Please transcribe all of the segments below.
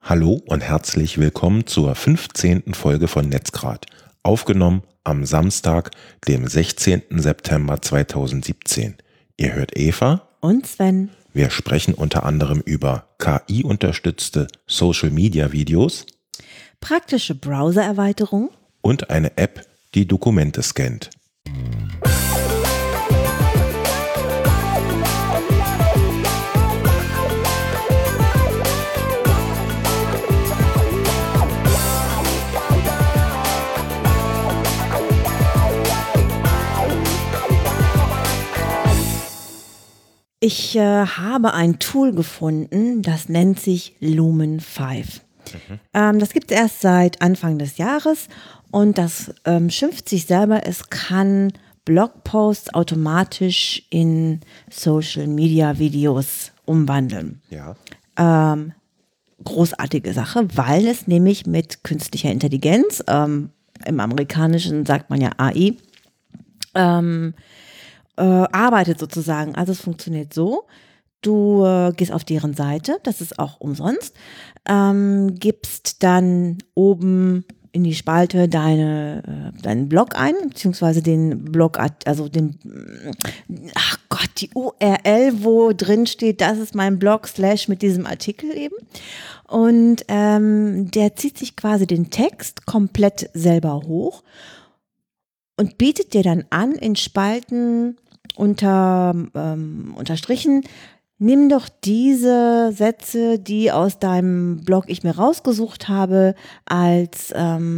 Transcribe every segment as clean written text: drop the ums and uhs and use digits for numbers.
Hallo und herzlich willkommen zur 15. Folge von Netzgrad, aufgenommen am Samstag, dem 16. September 2017. Ihr hört Eva und Sven. Wir sprechen unter anderem über KI-unterstützte Social-Media-Videos, praktische Browser-Erweiterung und eine App, die Dokumente scannt. Ich habe ein Tool gefunden, das nennt sich Lumen 5. Das gibt es erst seit Anfang des Jahres und das schimpft sich selber, es kann Blogposts automatisch in Social-Media-Videos umwandeln. Ja. Großartige Sache, weil es nämlich mit künstlicher Intelligenz, im Amerikanischen sagt man ja AI, arbeitet sozusagen. Also es funktioniert so, du gehst auf deren Seite, das ist auch umsonst, gibst dann oben in die Spalte deinen Blog ein, beziehungsweise den Blog, also die URL, wo drin steht, das ist mein Blog / mit diesem Artikel eben. Und der zieht sich quasi den Text komplett selber hoch und bietet dir dann an, in Spalten unterstrichen, nimm doch diese Sätze, die aus deinem Blog ich mir rausgesucht habe, als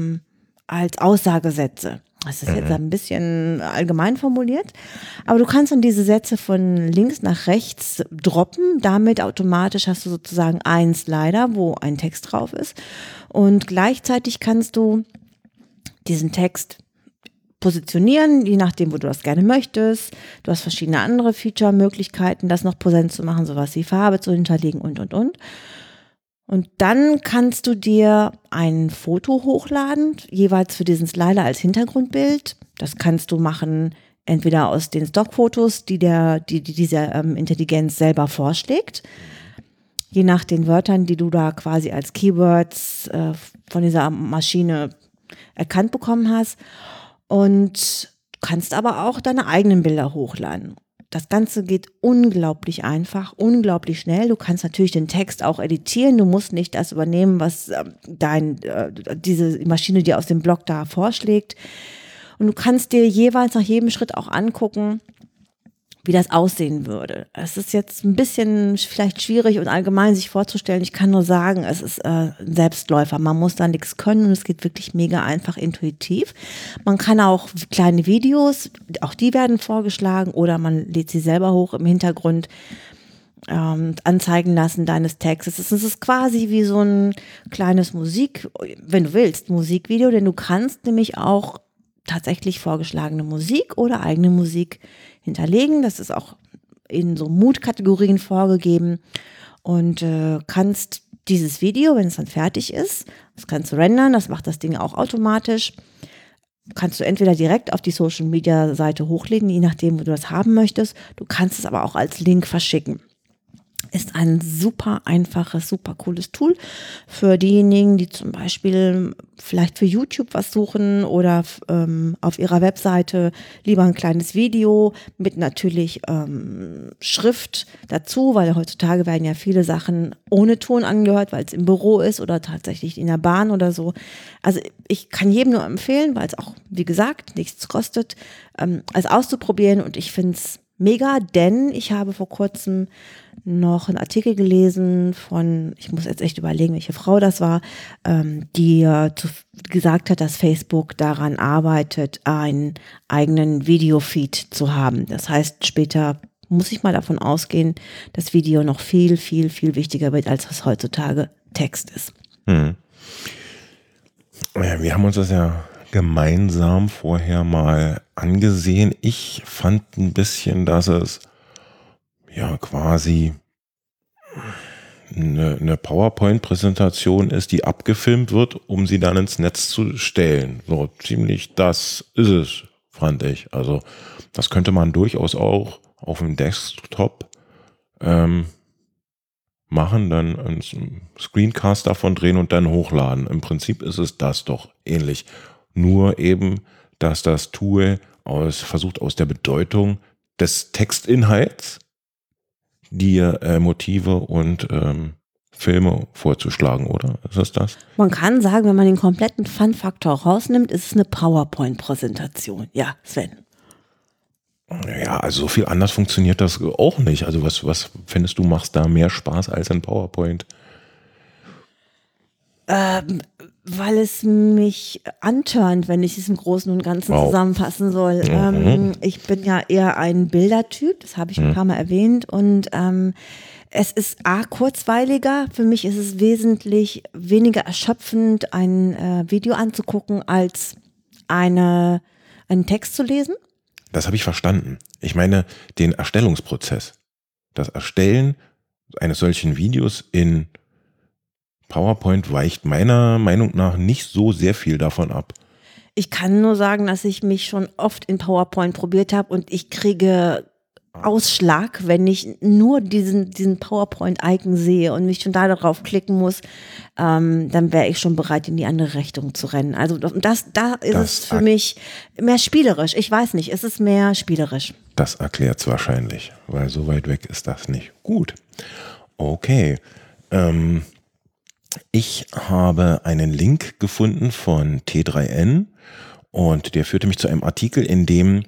Aussagesätze. Das ist jetzt ein bisschen allgemein formuliert, aber du kannst dann diese Sätze von links nach rechts droppen. Damit automatisch hast du sozusagen einen Slider, wo ein Text drauf ist. Und gleichzeitig kannst du diesen Text positionieren, je nachdem, wo du das gerne möchtest. Du hast verschiedene andere Feature-Möglichkeiten, das noch präsent zu machen, sowas wie Farbe zu hinterlegen und. Und dann kannst du dir ein Foto hochladen, jeweils für diesen Slider als Hintergrundbild. Das kannst du machen, entweder aus den Stockfotos, die diese Intelligenz selber vorschlägt, je nach den Wörtern, die du da quasi als Keywords von dieser Maschine erkannt bekommen hast. Und du kannst aber auch deine eigenen Bilder hochladen. Das Ganze geht unglaublich einfach, unglaublich schnell. Du kannst natürlich den Text auch editieren. Du musst nicht das übernehmen, was diese Maschine dir aus dem Blog da vorschlägt. Und du kannst dir jeweils nach jedem Schritt auch angucken, wie das aussehen würde. Es ist jetzt ein bisschen vielleicht schwierig und allgemein sich vorzustellen. Ich kann nur sagen, es ist ein Selbstläufer. Man muss da nichts können und es geht wirklich mega einfach intuitiv. Man kann auch kleine Videos, auch die werden vorgeschlagen oder man lädt sie selber hoch im Hintergrund anzeigen lassen deines Textes. Es ist quasi wie so ein kleines wenn du willst, Musikvideo, denn du kannst nämlich auch tatsächlich vorgeschlagene Musik oder eigene Musik hinterlegen. Das ist auch in so Mood-Kategorien vorgegeben und kannst dieses Video, wenn es dann fertig ist, das kannst du rendern, das macht das Ding auch automatisch, kannst du entweder direkt auf die Social-Media-Seite hochladen, je nachdem, wo du das haben möchtest. Du kannst es aber auch als Link verschicken. Ist ein super einfaches, super cooles Tool für diejenigen, die zum Beispiel vielleicht für YouTube was suchen oder auf ihrer Webseite lieber ein kleines Video mit natürlich Schrift dazu, weil heutzutage werden ja viele Sachen ohne Ton angehört, weil es im Büro ist oder tatsächlich in der Bahn oder so. Also ich kann jedem nur empfehlen, weil es auch, wie gesagt, nichts kostet, es auszuprobieren und ich finde es mega, denn ich habe vor kurzem noch einen Artikel gelesen von, ich muss jetzt echt überlegen, welche Frau das war, die gesagt hat, dass Facebook daran arbeitet, einen eigenen Videofeed zu haben. Das heißt, später muss ich mal davon ausgehen, dass Video noch viel, viel, viel wichtiger wird, als was heutzutage Text ist. Ja, wir haben uns das ja gemeinsam vorher mal angesehen. Ich fand ein bisschen, dass es ja quasi eine PowerPoint-Präsentation ist, die abgefilmt wird, um sie dann ins Netz zu stellen. So ziemlich das ist es, fand ich. Also das könnte man durchaus auch auf dem Desktop machen, dann einen Screencast davon drehen und dann hochladen. Im Prinzip ist es das doch ähnlich. Nur eben, dass das Tool versucht aus der Bedeutung des Textinhalts dir Motive und Filme vorzuschlagen, oder? Ist es das? Man kann sagen, wenn man den kompletten Fun-Faktor rausnimmt, ist es eine PowerPoint-Präsentation. Ja, Sven. Ja, also so viel anders funktioniert das auch nicht. Also was findest du, machst da mehr Spaß als in PowerPoint? Weil es mich antörnt, wenn ich es im Großen und Ganzen zusammenfassen soll. Ich bin ja eher ein Bildertyp, das habe ich ein paar Mal erwähnt. Und es ist kurzweiliger. Für mich ist es wesentlich weniger erschöpfend, ein Video anzugucken, als einen Text zu lesen. Das habe ich verstanden. Ich meine den Erstellungsprozess. Das Erstellen eines solchen Videos in PowerPoint weicht meiner Meinung nach nicht so sehr viel davon ab. Ich kann nur sagen, dass ich mich schon oft in PowerPoint probiert habe und ich kriege Ausschlag, wenn ich nur diesen PowerPoint-Icon sehe und mich schon da darauf klicken muss, dann wäre ich schon bereit, in die andere Richtung zu rennen. Also da ist es für mich mehr spielerisch. Ich weiß nicht, es ist mehr spielerisch. Das erklärt es wahrscheinlich, weil so weit weg ist das nicht. Gut, okay. Ich habe einen Link gefunden von T3N und der führte mich zu einem Artikel, in dem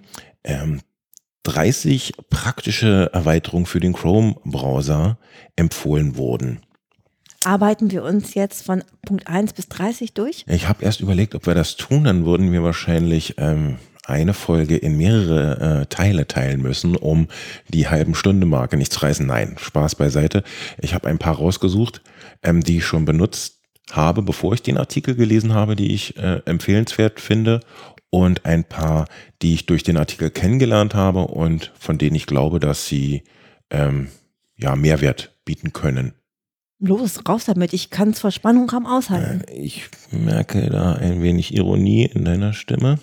30 praktische Erweiterungen für den Chrome-Browser empfohlen wurden. Arbeiten wir uns jetzt von Punkt 1 bis 30 durch? Ich habe erst überlegt, ob wir das tun, dann würden wir wahrscheinlich eine Folge in mehrere Teile teilen müssen, um die halben-Stunde-Marke nicht zu reißen. Nein, Spaß beiseite. Ich habe ein paar rausgesucht, die ich schon benutzt habe, bevor ich den Artikel gelesen habe, die ich empfehlenswert finde, und ein paar, die ich durch den Artikel kennengelernt habe und von denen ich glaube, dass sie Mehrwert bieten können. Los, raus damit. Ich kann es vor Spannung kaum aushalten. Ich merke da ein wenig Ironie in deiner Stimme.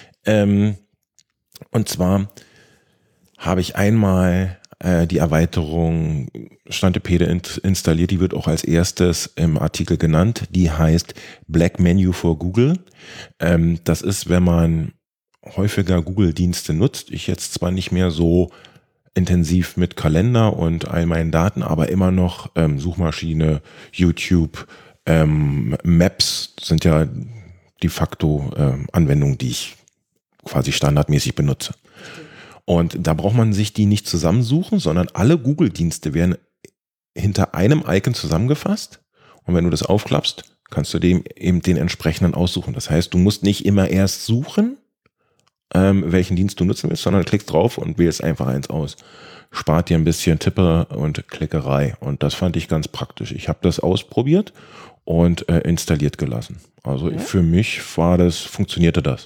Und zwar habe ich einmal die Erweiterung Stantepede installiert. Die wird auch als erstes im Artikel genannt. Die heißt Black Menu for Google. Das ist, wenn man häufiger Google-Dienste nutzt. Ich jetzt zwar nicht mehr so intensiv mit Kalender und all meinen Daten, aber immer noch Suchmaschine, YouTube, Maps sind ja de facto Anwendungen, die ich quasi standardmäßig benutze. Und da braucht man sich die nicht zusammensuchen, sondern alle Google-Dienste werden hinter einem Icon zusammengefasst. Und wenn du das aufklappst, kannst du dem eben den entsprechenden aussuchen. Das heißt, du musst nicht immer erst suchen, welchen Dienst du nutzen willst, sondern klickst drauf und wählst einfach eins aus. Spart dir ein bisschen Tippe und Klickerei. Und das fand ich ganz praktisch. Ich habe das ausprobiert und installiert gelassen. Also für mich funktionierte das.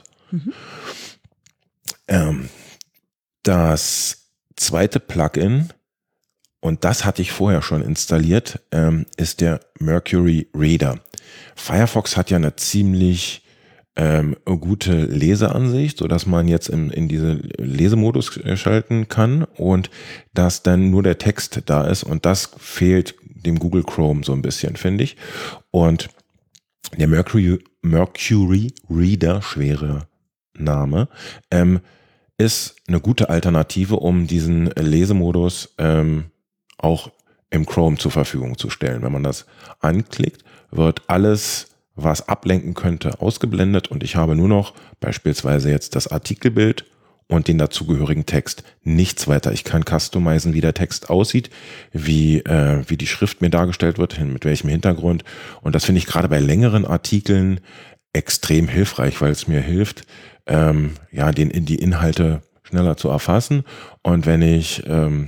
Das zweite Plugin, und das hatte ich vorher schon installiert, ist der Mercury Reader. Firefox hat ja eine ziemlich gute Leseansicht, sodass man jetzt in diese Lesemodus schalten kann und dass dann nur der Text da ist, und das fehlt dem Google Chrome so ein bisschen, finde ich. Und der Mercury Reader, schwerer Name, ist eine gute Alternative, um diesen Lesemodus auch im Chrome zur Verfügung zu stellen. Wenn man das anklickt, wird alles, was ablenken könnte, ausgeblendet, und ich habe nur noch beispielsweise jetzt das Artikelbild und den dazugehörigen Text. Nichts weiter. Ich kann customizen, wie der Text aussieht, wie die Schrift mir dargestellt wird, mit welchem Hintergrund. Und das finde ich gerade bei längeren Artikeln extrem hilfreich, weil es mir hilft, die Inhalte schneller zu erfassen. Und wenn ich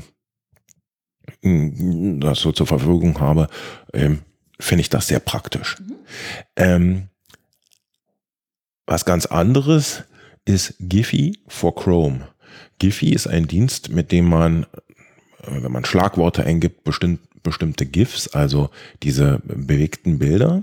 das so zur Verfügung habe, finde ich das sehr praktisch. Was ganz anderes ist Giphy for Chrome. Giphy ist ein Dienst, mit dem man, wenn man Schlagworte eingibt, bestimmte GIFs, also diese bewegten Bilder,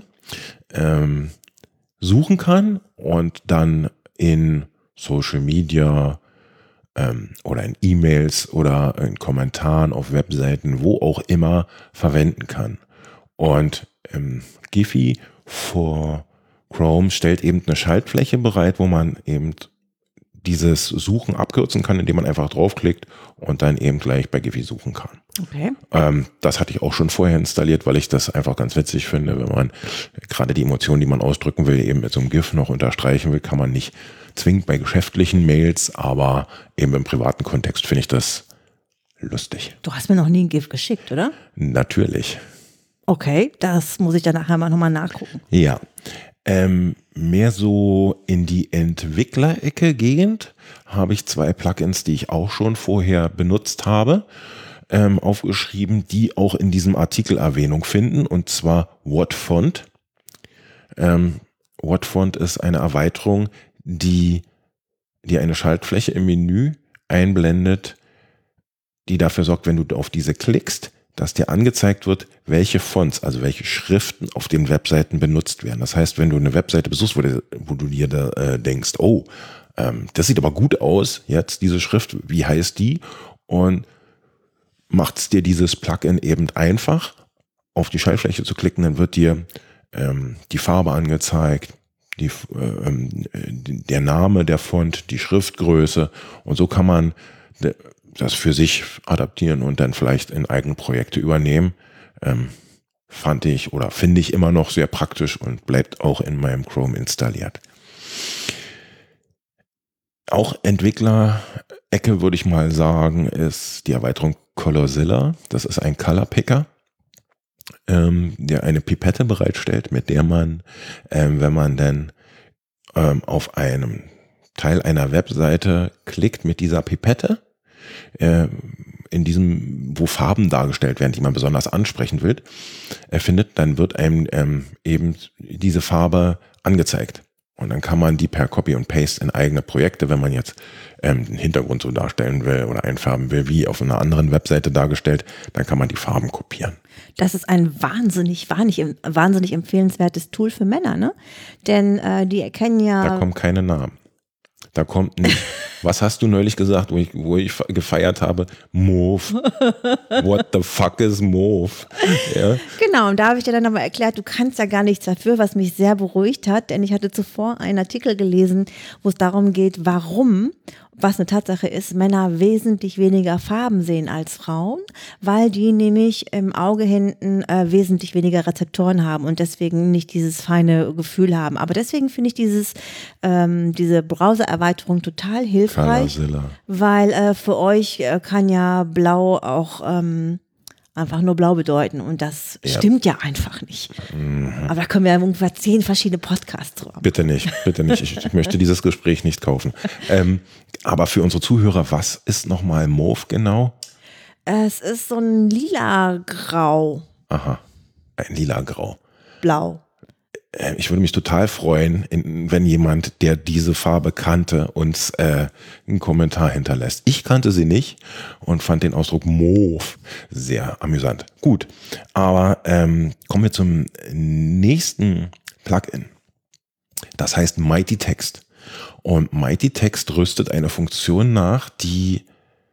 suchen kann und dann in Social Media, oder in E-Mails oder in Kommentaren auf Webseiten, wo auch immer verwenden kann. Und Giphy for Chrome stellt eben eine Schaltfläche bereit, wo man eben dieses Suchen abkürzen kann, indem man einfach draufklickt und dann eben gleich bei Giphy suchen kann. Okay. Das hatte ich auch schon vorher installiert, weil ich das einfach ganz witzig finde, wenn man gerade die Emotionen, die man ausdrücken will, eben mit so einem GIF noch unterstreichen will, kann man nicht zwingend bei geschäftlichen Mails, aber eben im privaten Kontext finde ich das lustig. Du hast mir noch nie ein GIF geschickt, oder? Natürlich. Okay, das muss ich dann nachher mal nochmal nachgucken. Ja. Mehr so in die Entwicklerecke gehend habe ich 2 Plugins, die ich auch schon vorher benutzt habe, aufgeschrieben, die auch in diesem Artikel Erwähnung finden, und zwar WhatFont. WhatFont ist eine Erweiterung, die eine Schaltfläche im Menü einblendet, die dafür sorgt, wenn du auf diese klickst, dass dir angezeigt wird, welche Fonts, also welche Schriften auf den Webseiten benutzt werden. Das heißt, wenn du eine Webseite besuchst, wo du dir da denkst, oh, das sieht aber gut aus, jetzt diese Schrift, wie heißt die? Und macht es dir dieses Plugin eben einfach, auf die Schaltfläche zu klicken, dann wird dir die Farbe angezeigt, der Name der Font, die Schriftgröße, und so kann man das für sich adaptieren und dann vielleicht in eigene Projekte übernehmen. Fand ich oder finde ich immer noch sehr praktisch und bleibt auch in meinem Chrome installiert. Auch Entwicklerecke, würde ich mal sagen, ist die Erweiterung Colorzilla. Das ist ein Color Picker, der eine Pipette bereitstellt, mit der man, wenn man dann auf einem Teil einer Webseite klickt mit dieser Pipette, in diesem, wo Farben dargestellt werden, die man besonders ansprechen will, findet, dann wird einem eben diese Farbe angezeigt. Und dann kann man die per Copy und Paste in eigene Projekte, wenn man jetzt den Hintergrund so darstellen will oder einfärben will, wie auf einer anderen Webseite dargestellt, dann kann man die Farben kopieren. Das ist ein wahnsinnig empfehlenswertes Tool für Männer, ne? Denn die erkennen ja... Da kommen keine Namen. Da kommt nicht, was hast du neulich gesagt, wo ich gefeiert habe? Mauve. What the fuck is Mauve? Ja. Genau, und da habe ich dir dann aber erklärt, du kannst ja gar nichts dafür, was mich sehr beruhigt hat, denn ich hatte zuvor einen Artikel gelesen, wo es darum geht, warum, was eine Tatsache ist, Männer wesentlich weniger Farben sehen als Frauen, weil die nämlich im Auge hinten wesentlich weniger Rezeptoren haben und deswegen nicht dieses feine Gefühl haben. Aber deswegen finde ich diese Browser-Erweiterung total hilfreich, Colorzilla. weil für euch kann ja Blau auch einfach nur blau bedeuten und das stimmt ja einfach nicht. Aber da können wir ja ungefähr 10 verschiedene Podcasts zu haben. Bitte nicht. Ich möchte dieses Gespräch nicht kaufen. Aber für unsere Zuhörer, was ist nochmal Mauve genau? Es ist so ein lila-grau. Aha, ein lila-grau. Blau. Ich würde mich total freuen, wenn jemand, der diese Farbe kannte, uns einen Kommentar hinterlässt. Ich kannte sie nicht und fand den Ausdruck Mauve sehr amüsant. Gut, aber kommen wir zum nächsten Plugin. Das heißt Mighty Text. Und Mighty Text rüstet eine Funktion nach, die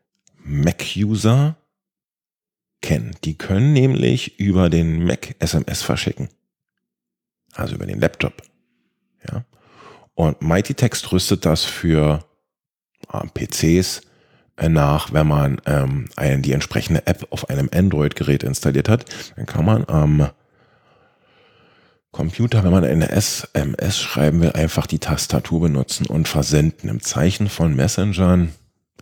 Mac-User kennen. Die können nämlich über den Mac SMS verschicken. Also über den Laptop. Ja. Und Mighty Text rüstet das für PCs nach, wenn man die entsprechende App auf einem Android-Gerät installiert hat. Dann kann man am Computer, wenn man eine SMS schreiben will, einfach die Tastatur benutzen und versenden. Im Zeichen von Messengern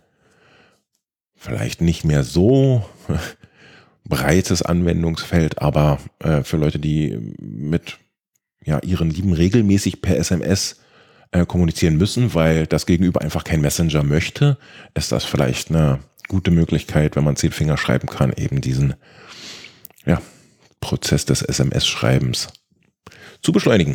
vielleicht nicht mehr so breites Anwendungsfeld, aber für Leute, die mit ihren Lieben regelmäßig per SMS kommunizieren müssen, weil das Gegenüber einfach kein Messenger möchte, ist das vielleicht eine gute Möglichkeit, wenn man 10 Finger schreiben kann, eben diesen Prozess des SMS-Schreibens zu beschleunigen.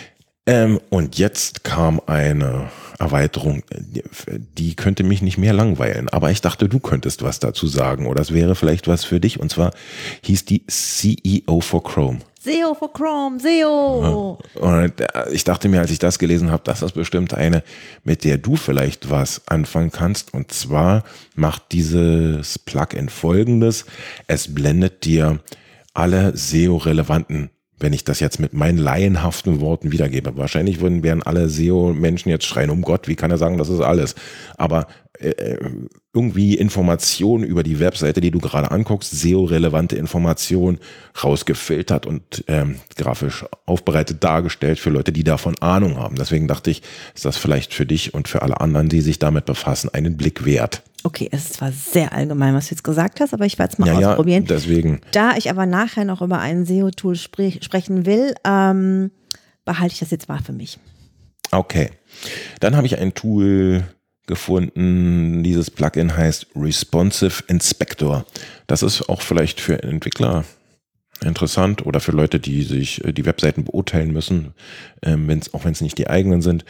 Und jetzt kam eine Erweiterung, die könnte mich nicht mehr langweilen, aber ich dachte, du könntest was dazu sagen oder es wäre vielleicht was für dich, und zwar hieß die CEO for Chrome. SEO for Chrome, SEO. Und ich dachte mir, als ich das gelesen habe, das ist bestimmt eine, mit der du vielleicht was anfangen kannst. Und zwar macht dieses Plugin Folgendes. Es blendet dir alle SEO-relevanten, wenn ich das jetzt mit meinen laienhaften Worten wiedergebe. Wahrscheinlich wären alle SEO-Menschen jetzt schreien, um Gott, wie kann er sagen, das ist alles. Aber irgendwie Informationen über die Webseite, die du gerade anguckst, SEO-relevante Informationen rausgefiltert und grafisch aufbereitet dargestellt für Leute, die davon Ahnung haben. Deswegen dachte ich, ist das vielleicht für dich und für alle anderen, die sich damit befassen, einen Blick wert. Okay, es ist zwar sehr allgemein, was du jetzt gesagt hast, aber ich werde es mal ausprobieren. Ja, deswegen. Da ich aber nachher noch über ein SEO-Tool sprechen will, behalte ich das jetzt mal für mich. Okay, dann habe ich ein Tool gefunden. Dieses Plugin heißt Responsive Inspector. Das ist auch vielleicht für Entwickler interessant oder für Leute, die sich die Webseiten beurteilen müssen, auch wenn es nicht die eigenen sind.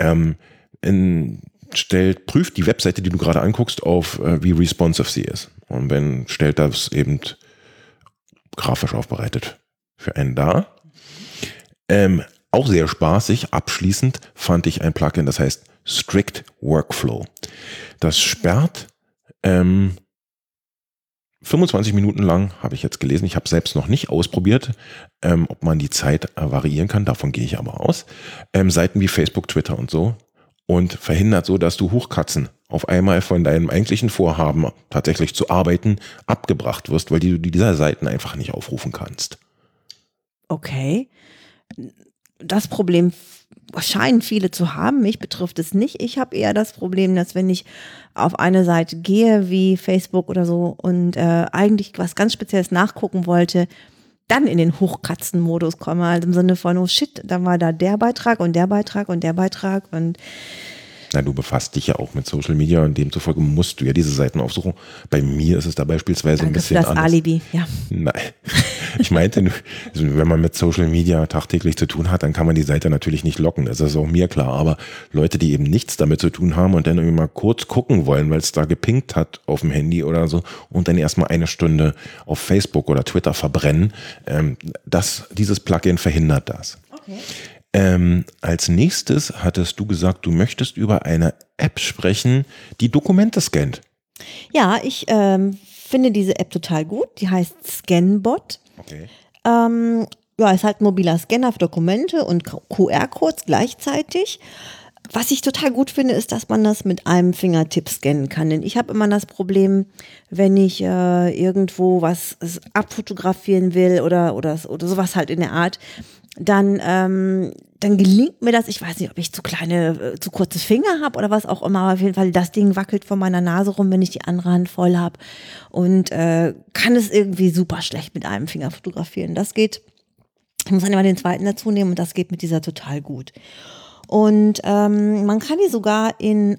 Prüft die Webseite, die du gerade anguckst, auf wie responsive sie ist. Und stellt das eben grafisch aufbereitet für einen dar. Auch sehr spaßig. Abschließend fand ich ein Plugin, das heißt Strict Workflow. Das sperrt 25 Minuten lang, habe ich jetzt gelesen. Ich habe selbst noch nicht ausprobiert, ob man die Zeit variieren kann. Davon gehe ich aber aus. Seiten wie Facebook, Twitter und so. Und verhindert so, dass du Hochkatzen auf einmal von deinem eigentlichen Vorhaben, tatsächlich zu arbeiten, abgebracht wirst, weil du dieser Seiten einfach nicht aufrufen kannst. Okay. Das Problem scheinen viele zu haben. Mich betrifft es nicht. Ich habe eher das Problem, dass wenn ich auf eine Seite gehe, wie Facebook oder so, und eigentlich was ganz Spezielles nachgucken wollte, dann in den Hochkatzenmodus komme, also im Sinne von, oh shit, dann war da der Beitrag und der Beitrag und der Beitrag und Na, du befasst dich ja auch mit Social Media und demzufolge musst du ja diese Seiten aufsuchen. Bei mir ist es da beispielsweise Danke ein bisschen für das anders. Alibi, ja. Nein, ich meinte, also wenn man mit Social Media tagtäglich zu tun hat, dann kann man die Seite natürlich nicht locken. Das ist auch mir klar. Aber Leute, die eben nichts damit zu tun haben und dann irgendwie mal kurz gucken wollen, weil es da gepinkt hat auf dem Handy oder so und dann erstmal eine Stunde auf Facebook oder Twitter verbrennen, dieses Plugin verhindert das. Okay. Als nächstes hattest du gesagt, du möchtest über eine App sprechen, die Dokumente scannt. Ja, ich finde diese App total gut. Die heißt Scanbot. Okay. Ja, ist halt ein mobiler Scanner für Dokumente und QR-Codes gleichzeitig. Was ich total gut finde, ist, dass man das mit einem Fingertipp scannen kann. Denn ich habe immer das Problem, wenn ich irgendwo was abfotografieren will oder sowas halt in der Art, dann gelingt mir das, ich weiß nicht, ob ich zu kurze Finger habe oder was auch immer, aber auf jeden Fall, das Ding wackelt vor meiner Nase rum, wenn ich die andere Hand voll habe und kann es irgendwie super schlecht mit einem Finger fotografieren. Das geht, ich muss dann immer den zweiten dazu nehmen und das geht mit dieser total gut. Und man kann die sogar in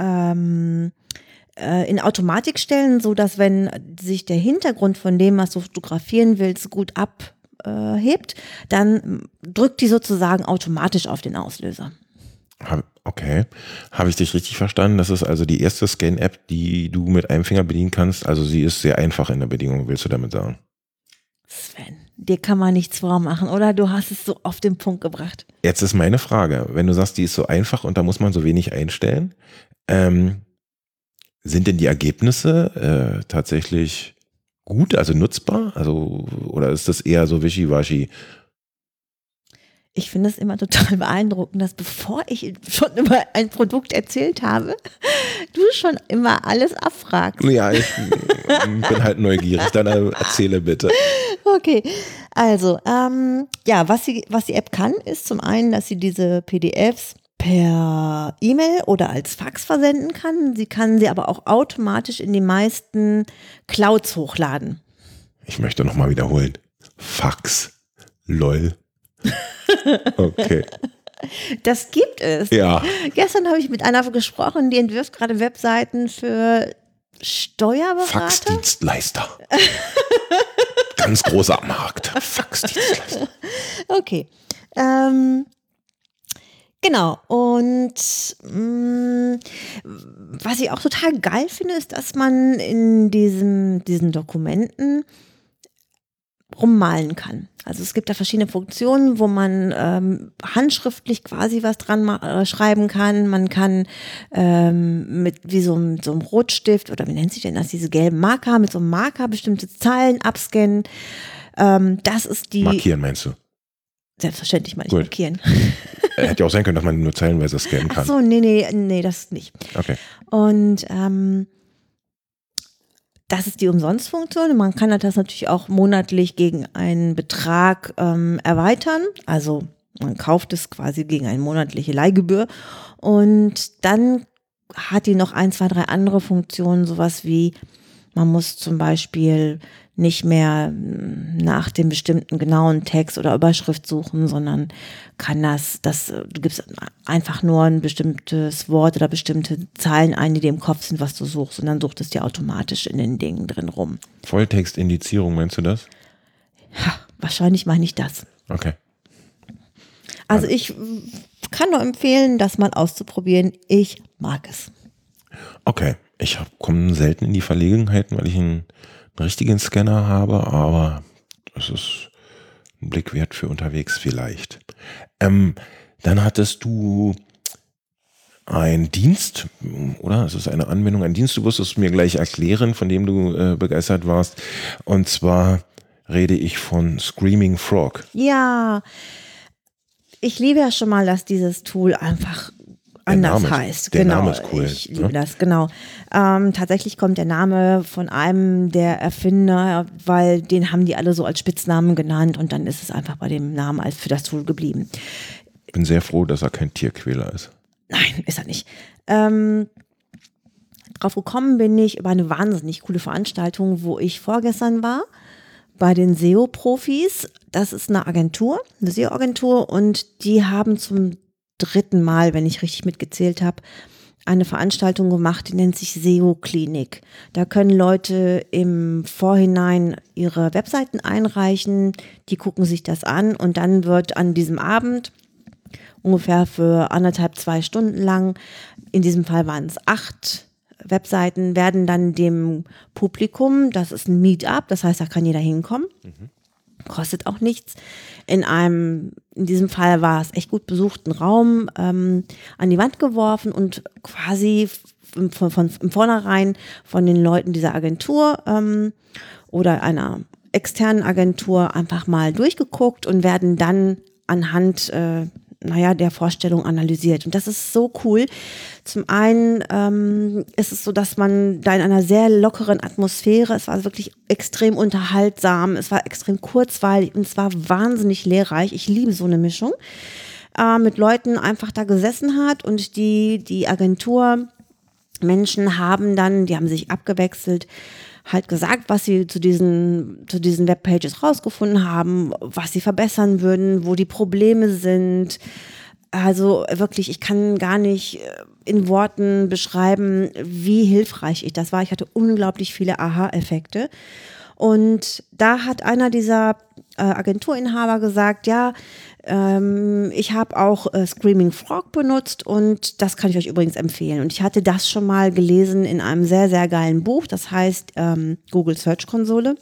Automatik stellen, so dass wenn sich der Hintergrund von dem, was du fotografieren willst, gut abhebt, dann drückt die sozusagen automatisch auf den Auslöser. Okay, habe ich dich richtig verstanden? Das ist also die erste Scan-App, die du mit einem Finger bedienen kannst. Also sie ist sehr einfach in der Bedienung, willst du damit sagen? Sven, dir kann man nichts vormachen, oder? Du hast es so auf den Punkt gebracht. Jetzt ist meine Frage, wenn du sagst, die ist so einfach und da muss man so wenig einstellen, sind denn die Ergebnisse tatsächlich gut, also nutzbar? Also, oder ist das eher so wischiwaschi? Ich finde es immer total beeindruckend, dass bevor ich schon über ein Produkt erzählt habe, du schon immer alles abfragst. Ja, ich bin halt neugierig, dann erzähle bitte. Okay, also, ja, was die App kann, ist zum einen, dass sie diese PDFs per E-Mail oder als Fax versenden kann. Sie kann sie aber auch automatisch in die meisten Clouds hochladen. Ich möchte nochmal wiederholen. Fax. Lol. Okay. Das gibt es. Ja. Gestern habe ich mit einer gesprochen, die entwirft gerade Webseiten für Steuerberater. Faxdienstleister. Ganz großer Markt. Faxdienstleister. Okay. Genau. Und was ich auch total geil finde, ist, dass man in diesen Dokumenten rummalen kann. Also es gibt da verschiedene Funktionen, wo man handschriftlich quasi was dran schreiben kann. Man kann mit wie so einem Rotstift oder wie nennt sich denn das, diese gelben Marker, mit so einem Marker bestimmte Zeilen abscannen. Das ist die... Markieren meinst du? Selbstverständlich meine ich markieren. Hätte ja auch sein können, dass man nur zeilenweise scannen kann. Ach so, nee, das nicht. Okay. Und das ist die Umsonstfunktion. Man kann das natürlich auch monatlich gegen einen Betrag erweitern. Also man kauft es quasi gegen eine monatliche Leihgebühr. Und dann hat die noch 1, 2, 3 andere Funktionen, sowas wie man muss zum Beispiel nicht mehr nach dem bestimmten genauen Text oder Überschrift suchen, sondern kann du gibst einfach nur ein bestimmtes Wort oder bestimmte Zeilen ein, die dir im Kopf sind, was du suchst, und dann sucht es dir automatisch in den Dingen drin rum. Volltextindizierung, meinst du das? Ja, wahrscheinlich meine ich das. Okay. Also ich kann nur empfehlen, das mal auszuprobieren. Ich mag es. Okay, ich komme selten in die Verlegenheiten, weil ich einen richtigen Scanner habe, aber das ist ein Blick wert für unterwegs vielleicht. Dann hattest du einen Dienst, oder? Es ist eine Anwendung, ein Dienst, du wirst es mir gleich erklären, von dem du begeistert warst. Und zwar rede ich von Screaming Frog. Ja, ich liebe ja schon mal, dass dieses Tool einfach anders heißt. Der Name ist cool. Ich liebe das, genau. Tatsächlich kommt der Name von einem der Erfinder, weil den haben die alle so als Spitznamen genannt und dann ist es einfach bei dem Namen als für das Tool geblieben. Ich bin sehr froh, dass er kein Tierquäler ist. Nein, ist er nicht. Drauf gekommen bin ich über eine wahnsinnig coole Veranstaltung, wo ich vorgestern war, bei den SEO-Profis. Das ist eine Agentur, eine SEO-Agentur, und die haben zum 3. Mal, wenn ich richtig mitgezählt habe, eine Veranstaltung gemacht, die nennt sich SEO-Klinik. Da können Leute im Vorhinein ihre Webseiten einreichen, die gucken sich das an und dann wird an diesem Abend ungefähr für 1,5, 2 Stunden lang, in diesem Fall waren es 8 Webseiten, werden dann dem Publikum, das ist ein Meetup, das heißt, da kann jeder hinkommen, kostet auch nichts, in diesem Fall war es echt gut besuchten Raum, an die Wand geworfen und quasi im Vornherein von den Leuten dieser Agentur oder einer externen Agentur einfach mal durchgeguckt und werden dann anhand der Vorstellung analysiert. Und das ist so cool. Zum einen ist es so, dass man da in einer sehr lockeren Atmosphäre, es war wirklich extrem unterhaltsam, es war extrem kurzweilig und es war wahnsinnig lehrreich. Ich liebe so eine Mischung. Mit Leuten einfach da gesessen hat und die Agenturmenschen die haben sich abgewechselt, halt gesagt, was sie zu diesen Webpages rausgefunden haben, was sie verbessern würden, wo die Probleme sind. Also wirklich, ich kann gar nicht in Worten beschreiben, wie hilfreich das war. Ich hatte unglaublich viele Aha-Effekte. Und da hat einer dieser Agenturinhaber gesagt, ja, ich habe auch Screaming Frog benutzt und das kann ich euch übrigens empfehlen. Und ich hatte das schon mal gelesen in einem sehr, sehr geilen Buch, das heißt Google Search Konsole.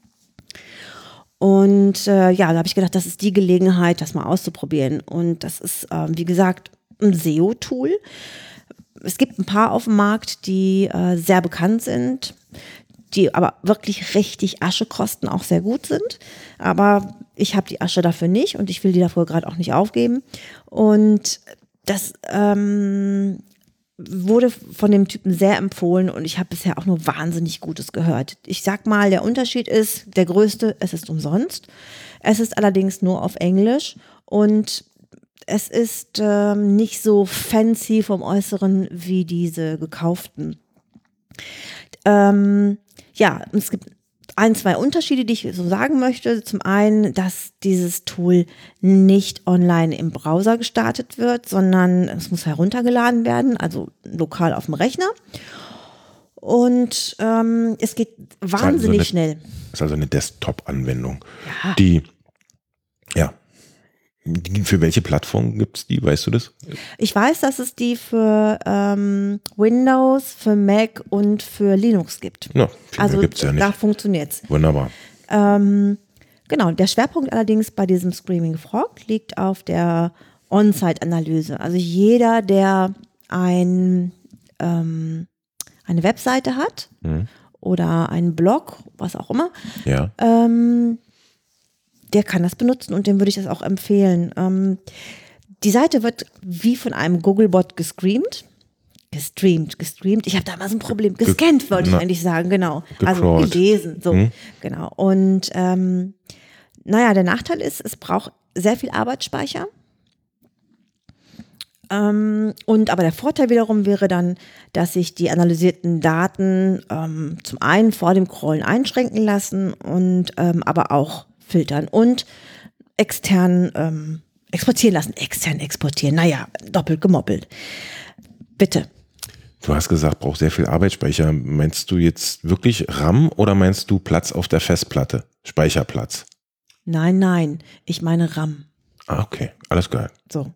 Und da habe ich gedacht, das ist die Gelegenheit, das mal auszuprobieren. Und das ist, wie gesagt, ein SEO-Tool. Es gibt ein paar auf dem Markt, die sehr bekannt sind, die aber wirklich richtig Asche kosten, auch sehr gut sind. Aber ich habe die Asche dafür nicht und ich will die dafür gerade auch nicht aufgeben. Und das wurde von dem Typen sehr empfohlen und ich habe bisher auch nur wahnsinnig Gutes gehört. Ich sag mal, der Unterschied ist, der größte, es ist umsonst. Es ist allerdings nur auf Englisch und es ist nicht so fancy vom Äußeren wie diese gekauften. Es gibt 1, 2 Unterschiede, die ich so sagen möchte. Zum einen, dass dieses Tool nicht online im Browser gestartet wird, sondern es muss heruntergeladen werden, also lokal auf dem Rechner. Und es geht wahnsinnig schnell. Das ist also eine Desktop-Anwendung, Ja. Für welche Plattform gibt es die? Weißt du das? Ich weiß, dass es die für Windows, für Mac und für Linux gibt. Ja, viel mehr gibt's ja nicht. Da funktioniert es. Wunderbar. Genau, der Schwerpunkt allerdings bei diesem Screaming Frog liegt auf der On-Site-Analyse. Also jeder, der eine Webseite hat oder einen Blog, was auch immer, Ja. der kann das benutzen und dem würde ich das auch empfehlen. Die Seite wird wie von einem Googlebot gestreamt. Ich habe da mal so ein Problem. Gescannt wollte ich eigentlich sagen, genau. Also gelesen, so, genau. Und der Nachteil ist, es braucht sehr viel Arbeitsspeicher. Aber der Vorteil wiederum wäre dann, dass sich die analysierten Daten zum einen vor dem Crawlen einschränken lassen und aber auch filtern und extern exportieren lassen. Extern exportieren, doppelt gemoppelt. Bitte. Du hast gesagt, braucht sehr viel Arbeitsspeicher. Meinst du jetzt wirklich RAM oder meinst du Platz auf der Festplatte? Speicherplatz? Nein, ich meine RAM. Ah, okay, alles klar. So.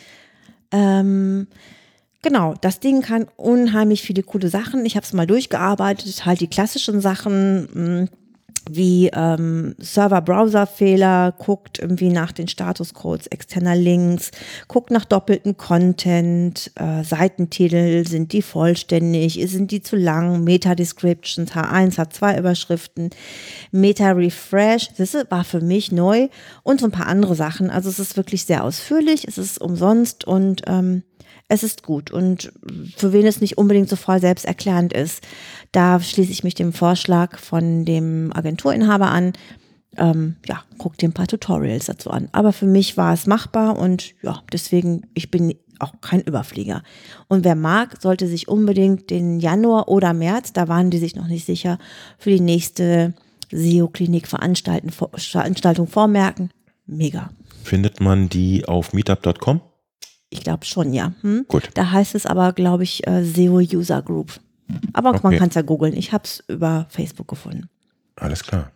Genau, das Ding kann unheimlich viele coole Sachen. Ich habe es mal durchgearbeitet, halt die klassischen Sachen wie Server-Browser-Fehler, guckt irgendwie nach den Statuscodes externer Links, guckt nach doppelten Content, Seitentitel, sind die vollständig, sind die zu lang, Meta-Descriptions, H1, H2 Überschriften, Meta-Refresh, das war für mich neu und so ein paar andere Sachen. Also es ist wirklich sehr ausführlich, es ist umsonst und es ist gut. Und für wen es nicht unbedingt so voll selbsterklärend ist, da schließe ich mich dem Vorschlag von dem Agenturinhaber an. Guck dir ein paar Tutorials dazu an. Aber für mich war es machbar und deswegen, ich bin auch kein Überflieger. Und wer mag, sollte sich unbedingt den Januar oder März, da waren die sich noch nicht sicher, für die nächste SEO-Klinik-Veranstaltung vormerken. Mega. Findet man die auf meetup.com? Ich glaube schon, ja. Gut. Da heißt es aber, glaube ich, SEO User Group. Aber okay. Man kann es ja googeln. Ich habe es über Facebook gefunden. Alles klar.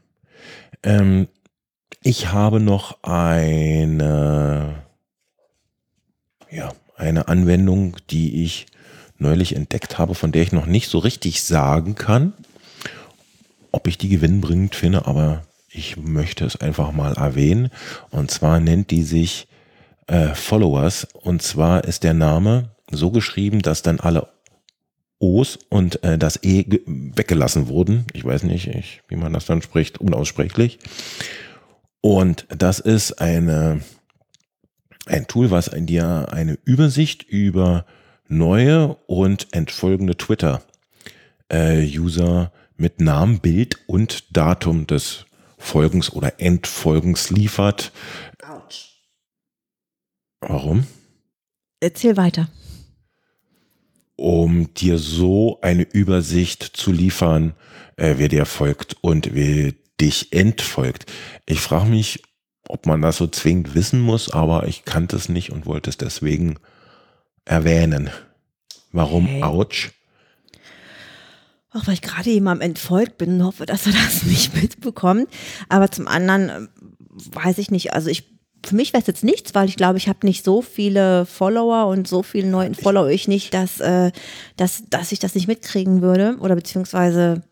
Ich habe noch eine Anwendung, die ich neulich entdeckt habe, von der ich noch nicht so richtig sagen kann, ob ich die gewinnbringend finde, aber ich möchte es einfach mal erwähnen. Und zwar nennt die sich Followers, und zwar ist der Name so geschrieben, dass dann alle O's und das E weggelassen wurden. Ich weiß nicht, wie man das dann spricht, unaussprechlich. Und das ist ein Tool, was dir eine Übersicht über neue und entfolgende Twitter-User mit Namen, Bild und Datum des Folgens oder Entfolgens liefert. Autsch. Warum? Erzähl weiter. Um dir so eine Übersicht zu liefern, wer dir folgt und wer dich entfolgt. Ich frage mich, ob man das so zwingend wissen muss, aber ich kannte es nicht und wollte es deswegen erwähnen. Warum? Okay. Autsch? Auch weil ich gerade jemandem entfolgt bin und hoffe, dass er das nicht mitbekommt. Aber zum anderen weiß ich nicht, also für mich wäre es jetzt nichts, weil ich glaube, ich habe nicht so viele Follower und so viele neuen Follower ich nicht, dass ich das nicht mitkriegen würde oder beziehungsweise,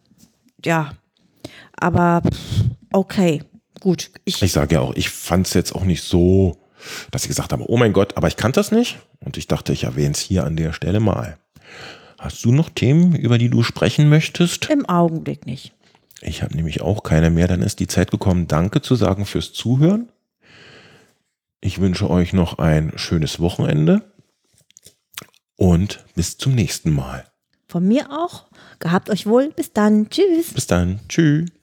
aber okay, gut. Ich sage ja auch, ich fand es jetzt auch nicht so, dass ich gesagt habe, oh mein Gott, aber ich kannte das nicht und ich dachte, ich erwähne es hier an der Stelle mal. Hast du noch Themen, über die du sprechen möchtest? Im Augenblick nicht. Ich habe nämlich auch keine mehr, dann ist die Zeit gekommen, Danke zu sagen fürs Zuhören. Ich wünsche euch noch ein schönes Wochenende und bis zum nächsten Mal. Von mir auch. Gehabt euch wohl. Bis dann. Tschüss. Bis dann. Tschüss.